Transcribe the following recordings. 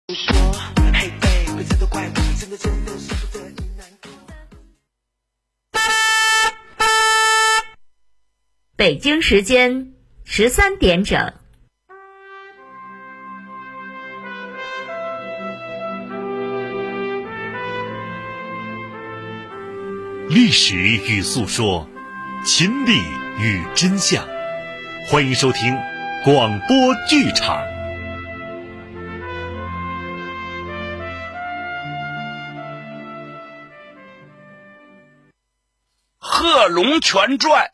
北京时间13点整。 历史与诉说，情理与真相。欢迎收听广播剧场。 贺龙全传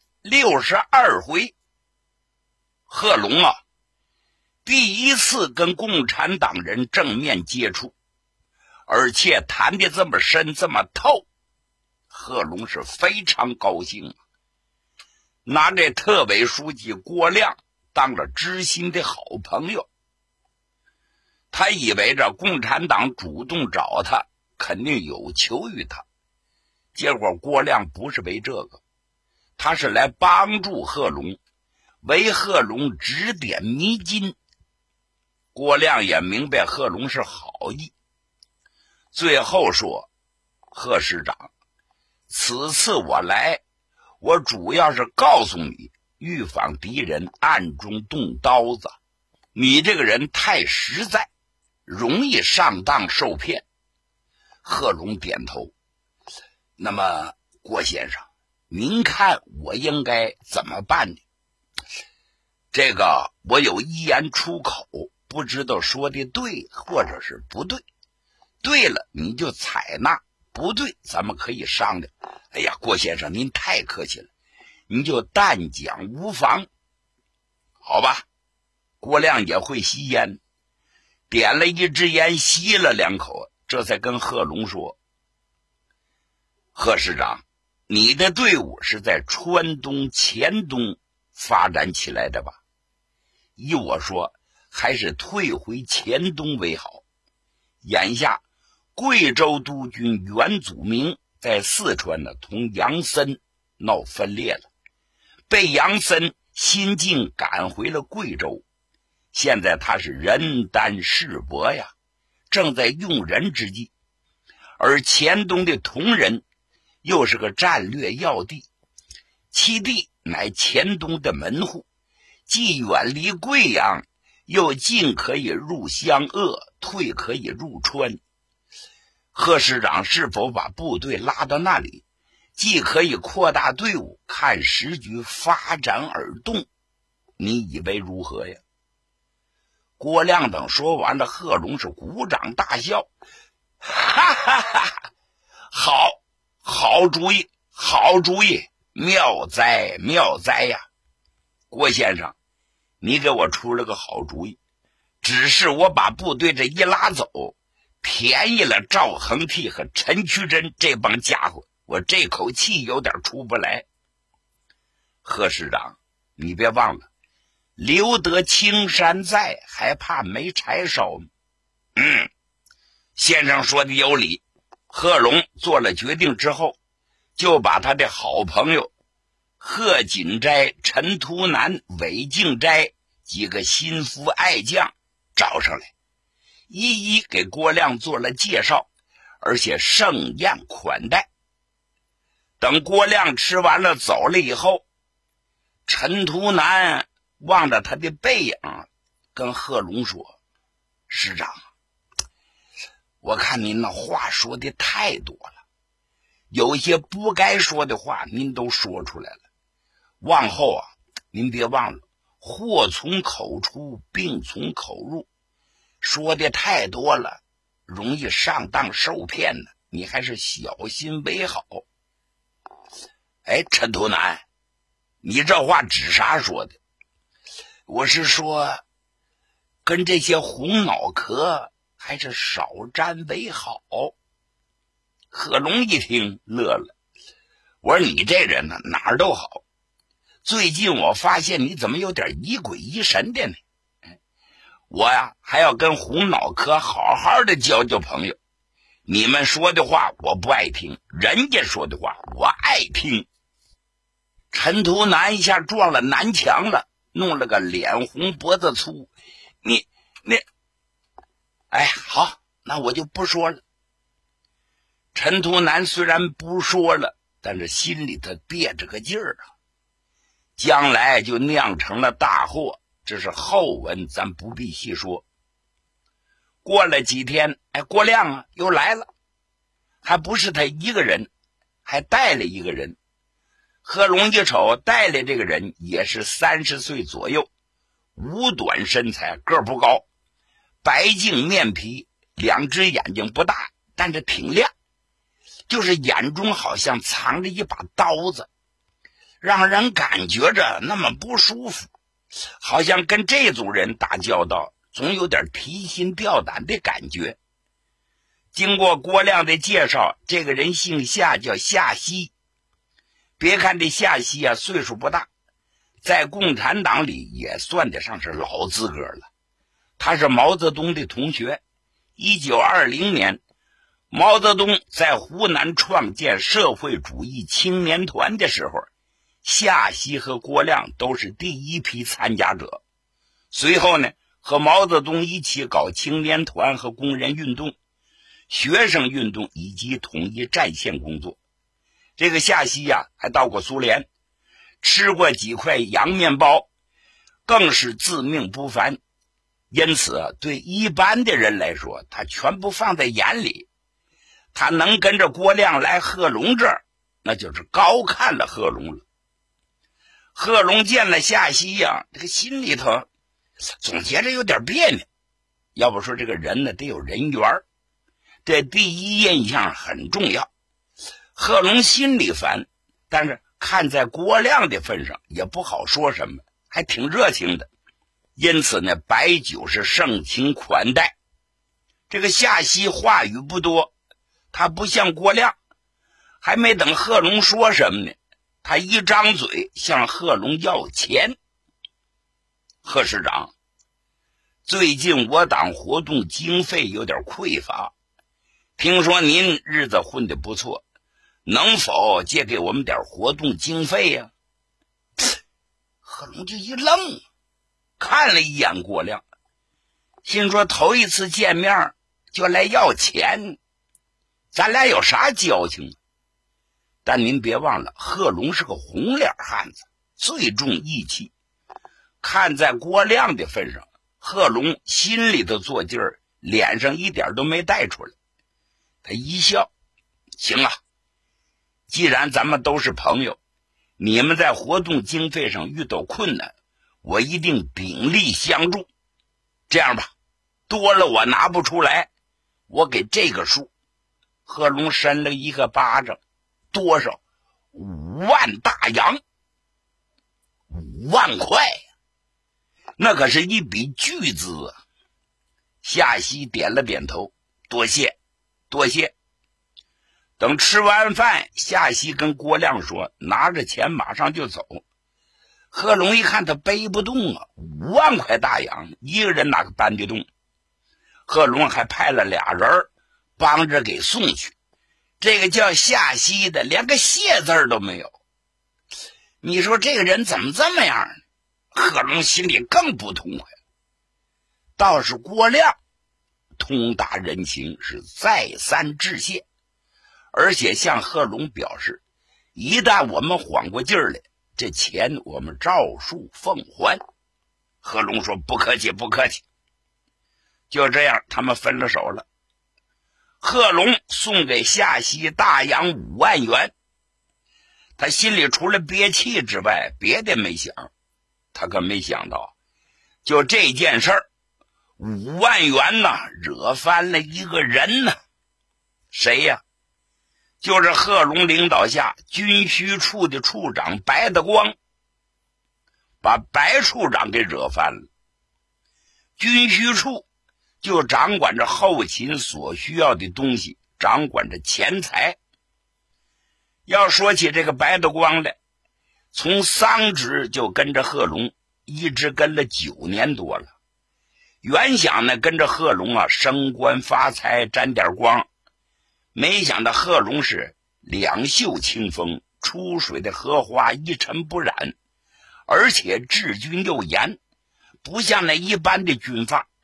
62回。贺龙啊，第一次跟共产党人正面接触，而且谈得这么深这么透，贺龙是非常高兴，拿这特委书记郭亮当了知心的好朋友。他以为这共产党主动找他，肯定有求于他，结果郭亮不是为这个，他是来帮助贺龙，为贺龙指点迷津。郭亮也明白贺龙是好意，最后说：贺师长，此次我来，我主要是告诉你，预防敌人暗中动刀子。你这个人太实在，容易上当受骗。贺龙点头。那么郭先生，您看我应该怎么办呢？这个我有一言出口，不知道说的对或者是不对，对了你就采纳，不对咱们可以商量。哎呀，郭先生您太客气了，您就但讲无妨。好吧，郭亮也会吸烟，点了一支烟吸了2口，这才跟贺龙说：贺师长，你的队伍是在川东黔东发展起来的吧？依我说，还是退回黔东为好。眼下贵州督军袁祖明在四川呢，同杨森闹分裂了，被杨森新晋赶回了贵州。现在他是人单势薄呀，正在用人之际。而黔东的同仁又是个战略要地，其地乃黔东的门户，既远离贵阳，又进可以入湘鄂，退可以入川。贺师长是否把部队拉到那里，既可以扩大队伍，看时局发展而动，你以为如何呀？郭亮等说完了，贺龙是鼓掌大笑，哈哈哈，好主意，好主意，妙哉妙哉呀！郭先生，你给我出了个好主意，只是我把部队这一拉走，便宜了赵恒惕和陈渠珍这帮家伙，我这口气有点出不来。贺师长，你别忘了，留得青山在，还怕没柴烧吗？先生说的有理。贺龙做了决定之后，就把他的好朋友贺锦斋、陈图南、韦敬斋几个心腹爱将找上来，一一给郭亮做了介绍，而且盛宴款待。等郭亮吃完了走了以后，陈图南望着他的背影，跟贺龙说：师长，我看您那话说的太多了，有一些不该说的话您都说出来了，往后啊，您别忘了，祸从口出，病从口入，说的太多了，容易上当受骗的，你还是小心为好。哎，陈图南，你这话指啥说的？我是说，跟这些红脑壳还是少沾为好。贺龙一听乐了，我说你这人呢，哪儿都好，最近我发现你怎么有点疑鬼疑神的呢？我呀还要跟红脑壳好好的交交朋友，你们说的话我不爱听，人家说的话我爱听。陈图南一下撞了南墙了，弄了个脸红脖子粗。你哎，好，那我就不说了。陈图南虽然不说了，但是心里头憋着个劲儿啊，将来就酿成了大祸，这是后文，咱不必细说。过了几天，郭亮啊又来了，还不是他一个人，还带了一个人。贺龙一瞅，带来这个人也是30岁左右，五短身材，个不高，白净面皮，两只眼睛不大，但是挺亮，就是眼中好像藏着一把刀子，让人感觉着那么不舒服，好像跟这种人打交道总有点提心吊胆的感觉。经过郭亮的介绍，这个人姓夏，叫夏曦。别看这夏曦啊岁数不大，在共产党里也算得上是老资格了。他是毛泽东的同学。1920年，毛泽东在湖南创建社会主义青年团的时候，夏曦和郭亮都是第一批参加者。随后呢，和毛泽东一起搞青年团和工人运动、学生运动以及统一战线工作。这个夏曦呀，还到过苏联，吃过几块洋面包，更是自命不凡。因此对一般的人来说，他全不放在眼里。他能跟着郭亮来贺龙这儿，那就是高看了贺龙了。贺龙见了夏曦呀，这个心里头总觉着有点别扭。要不说这个人呢，得有人缘，这第一印象很重要。贺龙心里烦，但是看在郭亮的份上也不好说什么，还挺热情的。因此呢，摆酒是盛情款待。这个夏曦话语不多，他不像郭亮，还没等贺龙说什么呢，他一张嘴向贺龙要钱。贺市长，最近我党活动经费有点匮乏，听说您日子混得不错，能否借给我们点活动经费呀？贺龙就一愣，看了一眼郭亮，心说头一次见面就来要钱，咱俩有啥交情？但您别忘了，贺龙是个红脸汉子，最重义气。看在郭亮的份上，贺龙心里头做劲儿，脸上一点都没带出来。他一笑，行啊，既然咱们都是朋友，你们在活动经费上遇到困难，我一定鼎力相助。这样吧，多了我拿不出来，我给这个数。贺龙伸了一个巴掌，多少？5万大洋，5万块呀，那可是一笔巨资啊！夏曦点了点头，多谢，多谢。等吃完饭，夏曦跟郭亮说，拿着钱马上就走。贺龙一看他背不动啊，5万块大洋，一个人哪个搬得动？贺龙还派了俩人帮着给送去。这个叫夏曦的连个谢字都没有。你说这个人怎么这么样呢？贺龙心里更不痛快。倒是郭亮通达人情，是再三致谢，而且向贺龙表示，一旦我们缓过劲儿来，这钱我们照数奉还。贺龙说不客气，不客气。就这样，他们分了手了。贺龙送给夏曦大洋5万元，他心里除了憋气之外，别的没想。他可没想到，就这件事儿，5万元呢，惹翻了一个人呢。谁呀？就是贺龙领导下军需处的处长白德光，把白处长给惹翻了。军需处就掌管着后勤所需要的东西，掌管着钱财。要说起这个白德光来，从丧职就跟着贺龙，一直跟了9年多了。原想呢跟着贺龙啊升官发财沾点光，没想到贺龙是两袖清风，出水的荷花一尘不染，而且治军又严，不像那一般的军阀，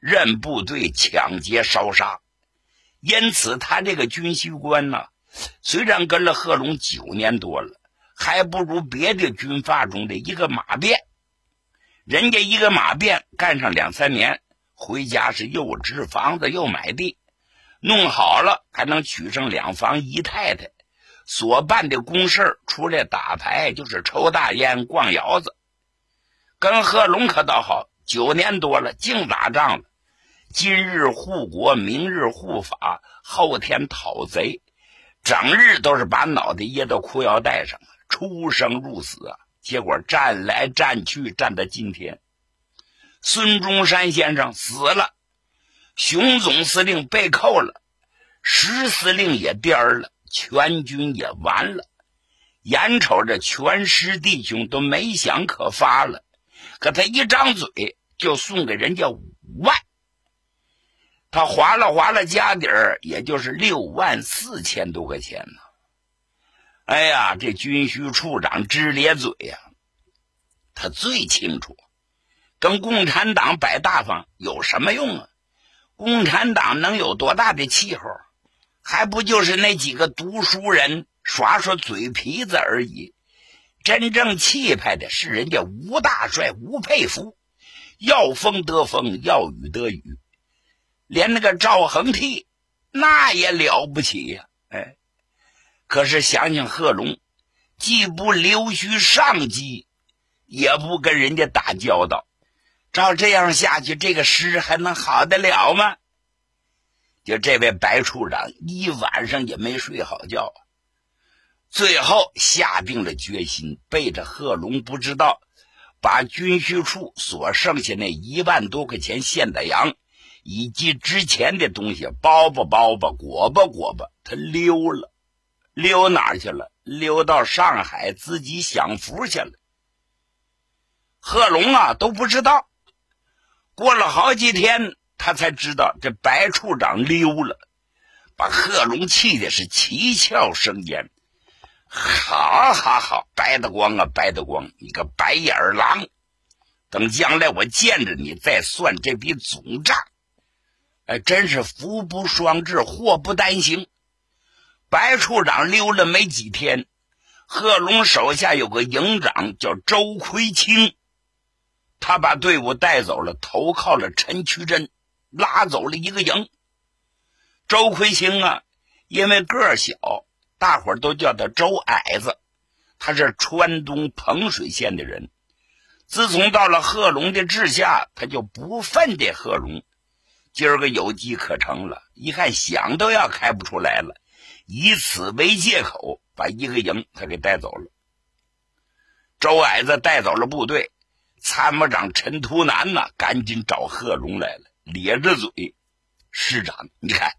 任部队抢劫烧杀。因此他这个军需官呢，虽然跟了贺龙9年多了，还不如别的军阀中的一个马便。人家一个马便干上2、3年，回家是又支房子又买地，弄好了还能娶上2房1太太，所办的公事除了打牌就是抽大烟逛窑子。跟贺龙可倒好，9年多了净打仗了，今日护国，明日护法，后天讨贼，整日都是把脑袋掖到裤腰带上，出生入死啊！结果战来战去，战到今天，孙中山先生死了，熊总司令被扣了，石司令也颠了，全军也完了，眼瞅着全师弟兄都没想可发了，可他一张嘴就送给人家5万，他划了家底儿，也就是64000多块钱呢。哎呀，这军需处长直咧嘴呀，他最清楚，跟共产党摆大方有什么用啊？共产党能有多大的气候？还不就是那几个读书人耍嘴皮子而已。真正气派的是人家吴大帅吴佩孚，要风得风，要雨得雨。连那个赵恒惕那也了不起呀！可是想想贺龙，既不溜须上级，也不跟人家打交道，照这样下去，这个师还能好得了吗？就这位白处长一晚上也没睡好觉，最后下定了决心，背着贺龙不知道，把军需处所剩下那1万多块钱现的洋，以及之前的东西包吧裹吧，他溜了。溜哪儿去了？溜到上海自己享福去了。贺龙啊都不知道，过了好几天他才知道这白处长溜了，把贺龙气的是七窍生烟。好，白得光啊，白得光，你个白眼狼，等将来我见着你再算这笔总账。真是福不双至，祸不单行。白处长溜了没几天，贺龙手下有个营长叫周奎清，他把队伍带走了，投靠了陈渠珍，拉走了一个营。周奎清啊，因为个儿小，大伙儿都叫他周矮子，他是川东彭水县的人。自从到了贺龙的治下，他就不忿这贺龙，今儿个有机可乘了，一看想都要开不出来了，以此为借口，把一个营他给带走了。周矮子带走了部队，参谋长陈图南呢，赶紧找贺龙来了，咧着嘴：“师长，你看，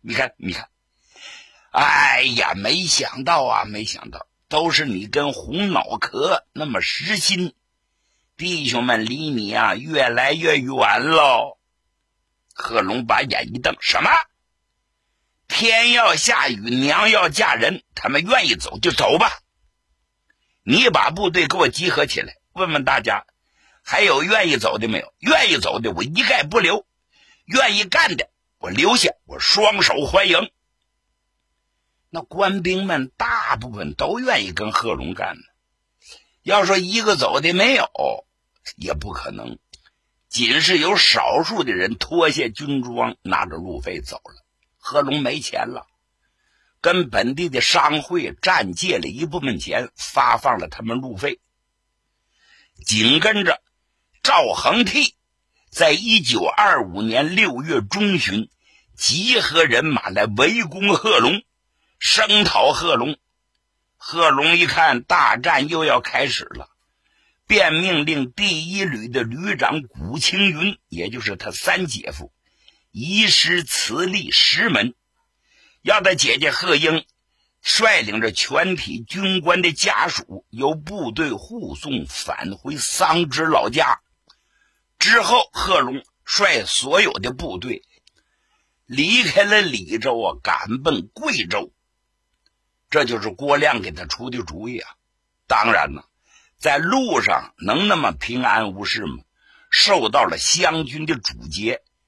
哎呀，没想到，都是你跟红脑壳那么实心，弟兄们离你啊越来越远喽。”贺龙把眼一瞪：“什么？天要下雨，娘要嫁人，他们愿意走就走吧。你把部队给我集合起来，问问大家，还有愿意走的没有？愿意走的我一概不留，愿意干的我留下，我双手欢迎。”那官兵们大部分都愿意跟贺龙干呢，要说一个走的没有，也不可能，仅是有少数的人脱下军装，拿着路费走了。贺龙没钱了，跟本地的商会暂借了一部分钱，发放了他们路费。紧跟着赵恒惕在1925年6月中旬集合人马来围攻贺龙，声讨贺龙。贺龙一看大战又要开始了，便命令第1旅的旅长谷青云，也就是他三姐夫，移师慈利石门，要他姐姐贺英率领着全体军官的家属，由部队护送返回桑植老家。之后贺龙率所有的部队离开了李州啊，赶奔贵州。这就是郭亮给他出的主意啊。当然呢，在路上能那么平安无事吗？受到了湘军的阻截，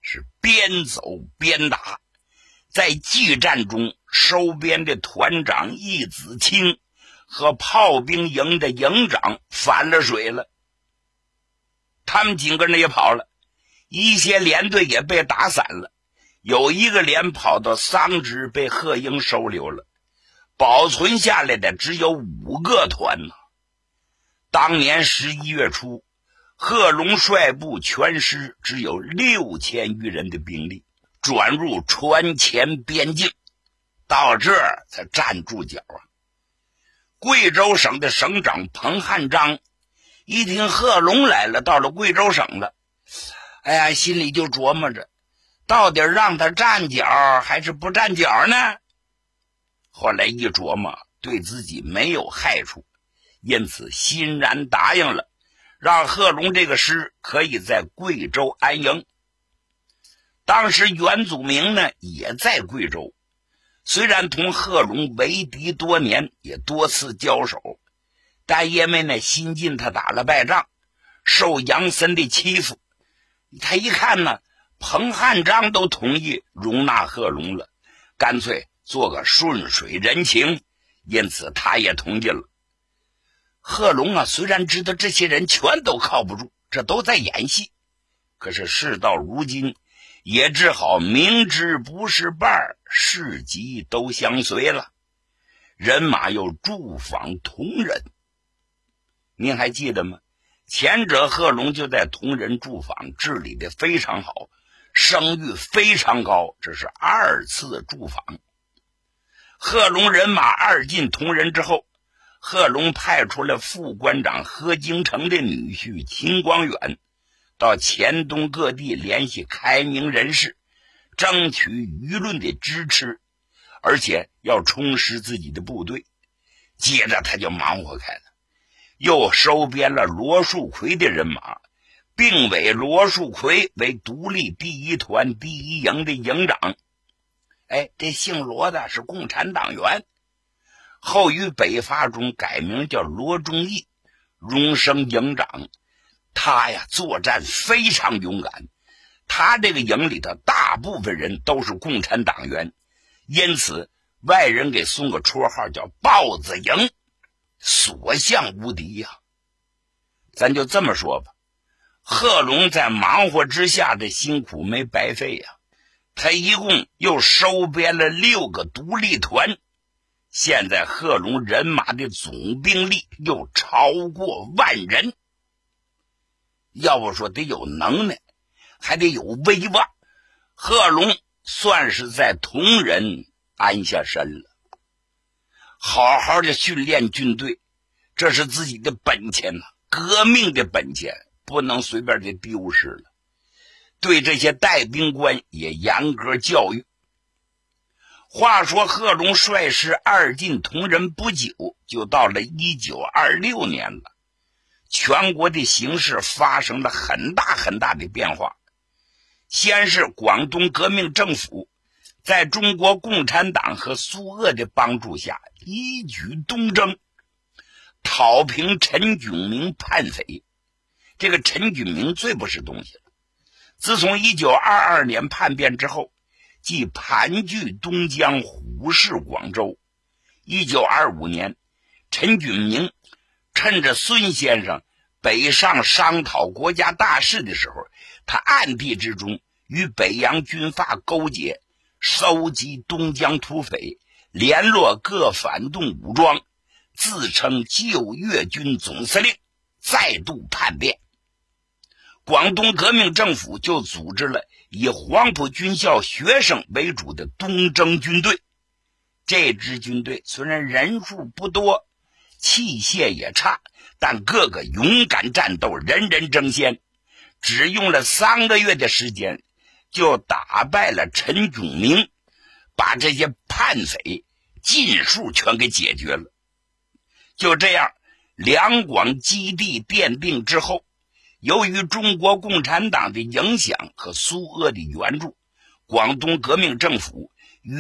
是边走边打。在激战中，收编的团长易子清和炮兵营的营长反了水了，他们几个人也跑了，一些连队也被打散了，有一个连跑到桑植被贺英收留了，保存下来的只有5个团呢。当年11月初，贺龙率部全师只有6000余人的兵力，转入川黔边境，到这儿才站住脚啊。贵州省的省长彭汉章一听贺龙来了，到了贵州省了，哎呀，心里就琢磨着，到底让他站脚还是不站脚呢？后来一琢磨，对自己没有害处，因此欣然答应了，让贺龙这个师可以在贵州安营。当时袁祖明呢也在贵州，虽然同贺龙为敌多年，也多次交手，但因为呢新近他打了败仗，受杨森的欺负，他一看呢彭汉章都同意容纳贺龙了，干脆做个顺水人情，因此他也同意了。贺龙啊，虽然知道这些人全都靠不住，这都在演戏，可是事到如今也只好明知不是伴，事急都相随了。人马又驻防铜仁，您还记得吗？前者贺龙就在铜仁驻防，治理的非常好，声誉非常高，这是2次驻防。贺龙人马2进铜仁之后，贺龙派出了副官长何京城的女婿秦光远，到黔东各地联系开明人士，争取舆论的支持，而且要充实自己的部队。接着他就忙活开了，又收编了罗树奎的人马，并委罗树奎为独立第1团第1营的营长。这姓罗的是共产党员，后于北伐中改名叫罗忠义，荣升营长。他呀作战非常勇敢，他这个营里头大部分人都是共产党员，因此外人给送个绰号叫豹子营，所向无敌呀。咱就这么说吧，贺龙在忙活之下的辛苦没白费呀。他一共又收编了6个独立团，现在贺龙人马的总兵力又超过10000人。要不说得有能耐，还得有威望，贺龙算是在铜仁安下身了。好好的训练军队，这是自己的本钱呐，革命的本钱，不能随便就丢失了。对这些带兵官也严格教育。话说贺龙率师2进铜仁不久，就到了1926年了。全国的形势发生了很大的变化。先是广东革命政府在中国共产党和苏俄的帮助下一举东征，讨平陈炯明叛匪。这个陈炯明最不是东西了。自从1922年叛变之后，即盘踞东江，虎视广州。1925年，陈炯明趁着孙先生北上商讨国家大事的时候，他暗地之中与北洋军阀勾结，收集东江土匪，联络各反动武装，自称救粤军总司令，再度叛变。广东革命政府就组织了以黄埔军校学生为主的东征军队。这支军队虽然人数不多，器械也差，但个个勇敢战斗，人人争先。只用了3个月的时间，就打败了陈炯明，把这些叛匪尽数全给解决了。就这样，两广基地奠定之后，由于中国共产党的影响和苏俄的援助，广东革命政府于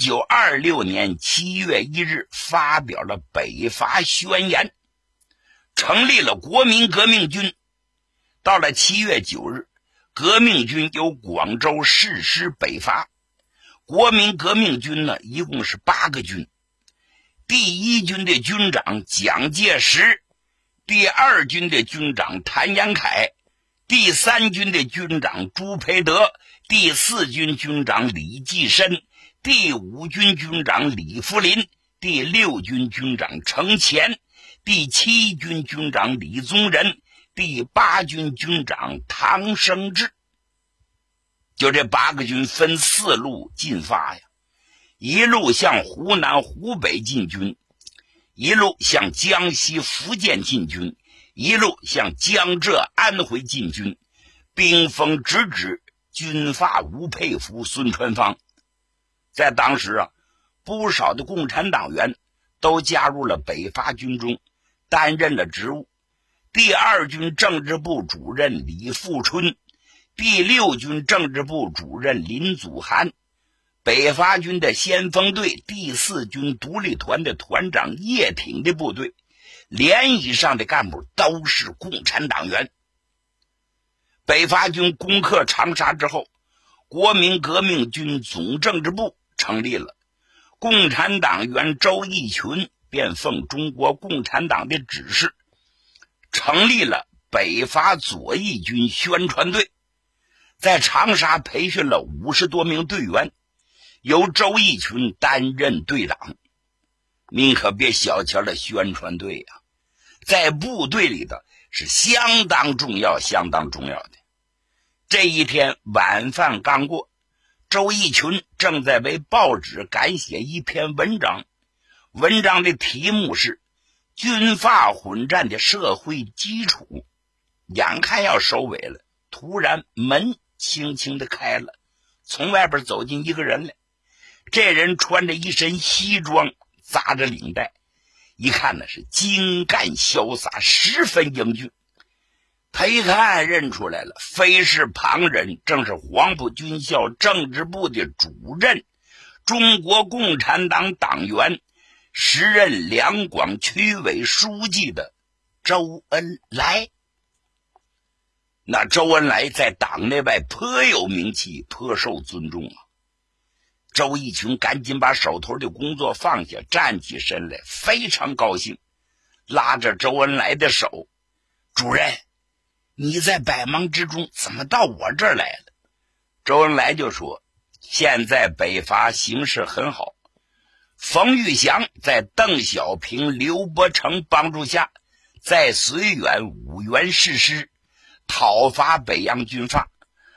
1926年7月1日发表了北伐宣言，成立了国民革命军。到了7月9日， 革命军由广州誓师北伐，国民革命军呢一共是8个军。第一军的军长蒋介石，第二军的军长谭延闿，第三军的军长朱培德，第四军军长李济深，第五军军长李福林，第六军军长程潜，第七军军长李宗仁，第八军军长唐生智。就这8个军分4路进发呀，一路向湖南湖北进军，一路向江西福建进军，一路向江浙安徽进军，兵锋直指军阀吴佩孚、孙传芳。在当时啊，不少的共产党员都加入了北伐军中，担任了职务。第二军政治部主任李富春，第六军政治部主任林祖涵，北伐军的先锋队第4军独立团的团长叶挺的部队，连以上的干部都是共产党员。北伐军攻克长沙之后，国民革命军总政治部成立了，共产党员周逸群便奉中国共产党的指示，成立了北伐左翼军宣传队，在长沙培训了50多名队员，由周逸群担任队长。您可别小瞧了宣传队啊，在部队里的是相当重要的。这一天晚饭刚过，周逸群正在为报纸赶写一篇文章，文章的题目是军阀混战的社会基础。眼看要收尾了，突然门轻轻地开了，从外边走进一个人来。这人穿着一身西装，扎着领带，一看呢是精干潇洒，十分英俊。他一看认出来了，非是旁人，正是黄埔军校政治部的主任，中国共产党党员，时任两广区委书记的周恩来。那周恩来在党内外颇有名气，颇受尊重啊。周逸群赶紧把手头的工作放下，站起身来，非常高兴，拉着周恩来的手：“主任，你在百忙之中怎么到我这儿来了？”周恩来就说：“现在北伐形势很好，冯玉祥在邓小平、刘伯承帮助下，在绥远、五原誓师，讨伐北洋军阀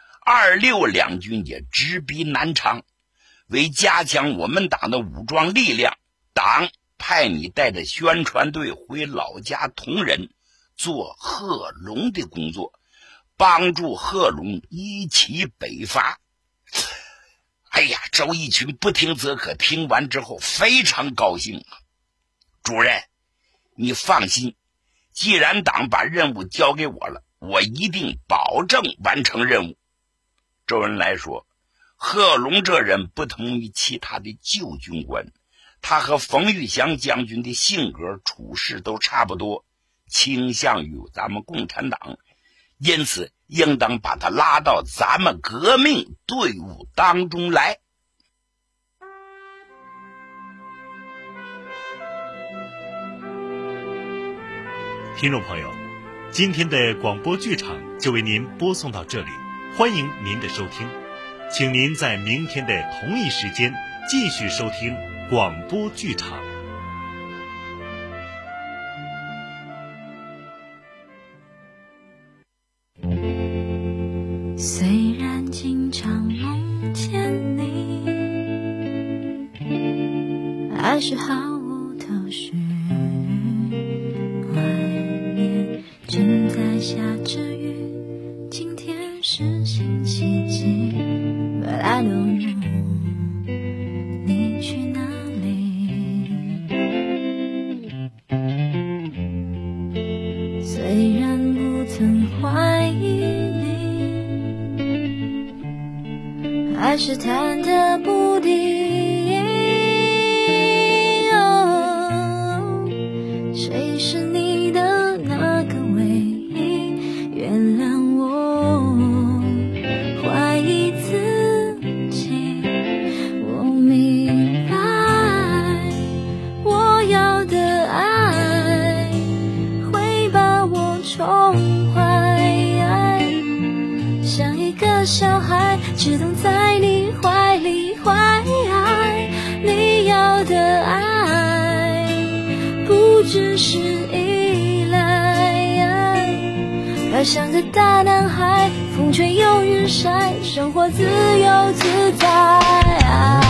，26两军也直逼南昌。为加强我们党的武装力量，党派你带着宣传队回老家同仁，做贺龙的工作，帮助贺龙一起北伐。”哎呀，周逸群不听则可，听完之后非常高兴啊。主任，你放心，既然党把任务交给我了，我一定保证完成任务。周恩来说，贺龙这人不同于其他的旧军官，他和冯玉祥将军的性格处事都差不多，倾向于咱们共产党，因此应当把他拉到咱们革命队伍当中来。 听众朋友，今天的广播剧场就为您播送到这里，欢迎您的收听，请您在明天的同一时间继续收听广播剧场。 虽然经常梦见你，还是毫无头绪。外面正在下着雨，今天是星期几 But I don't know 你去哪里。虽然不曾怀疑你，还是忐忑不定。谁是你的那个唯一？原谅我是依赖，要像个大男孩，风吹又日晒，生活自由自在。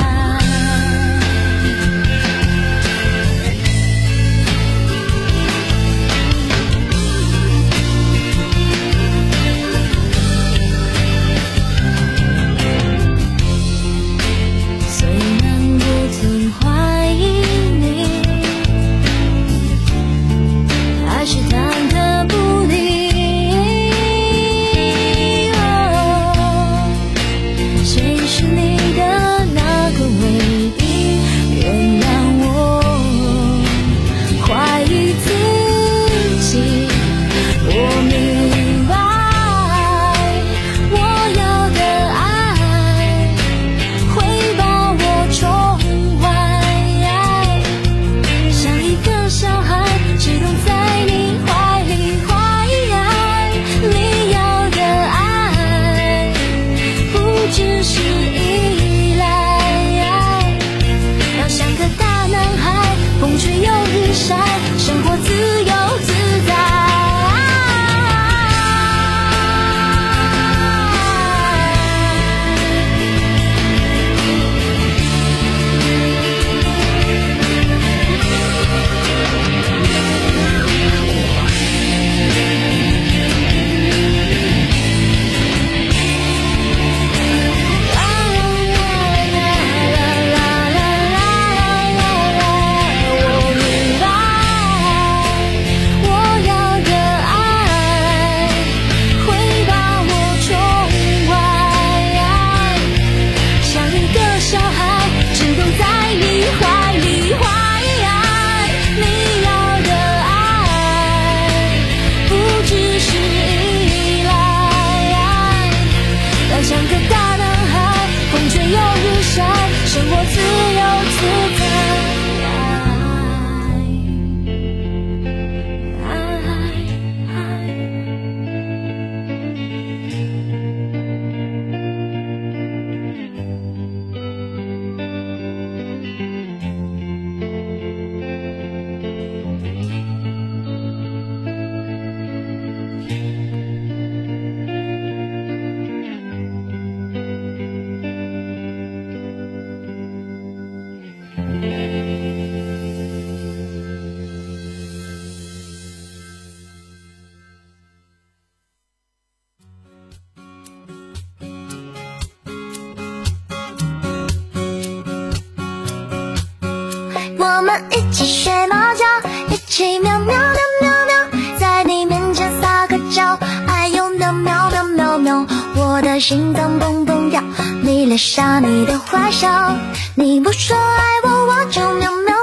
我们一起学猫叫，一起喵喵喵喵喵，在你面前撒个娇，哎呦喵喵喵喵喵，我的心脏蹦蹦跳，你留下你的坏笑，你不说爱我，我就喵喵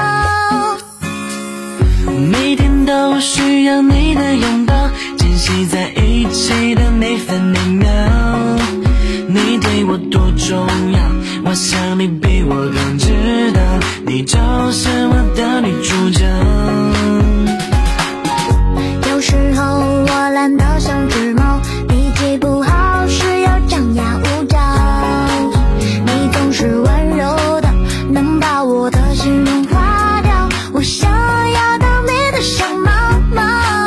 喵。 每天都需要你的拥抱，珍惜在一起的每分每秒，你对我多重要，我想你比我更知道，你就是我的女主角。 有时候我懒得像只猫，脾气不好时又张牙舞爪，你总是温柔的，能把我的心融化掉，我想要当你的小猫猫。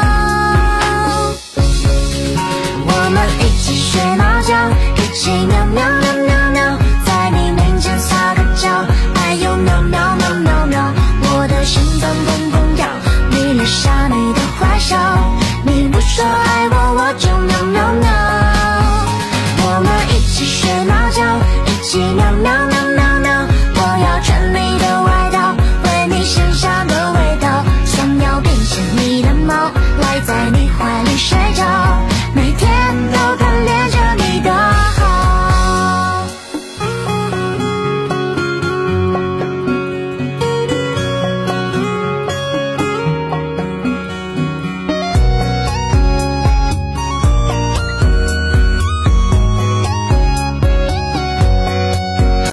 我们一起学猫叫，一起喵喵喵喵喵，在你面前撒个娇，哎呦喵喵喵喵喵，我的心脏蹦蹦跳，你留下你的坏笑，你不说爱我，我就喵喵喵。我们一起学猫叫，一起喵喵喵。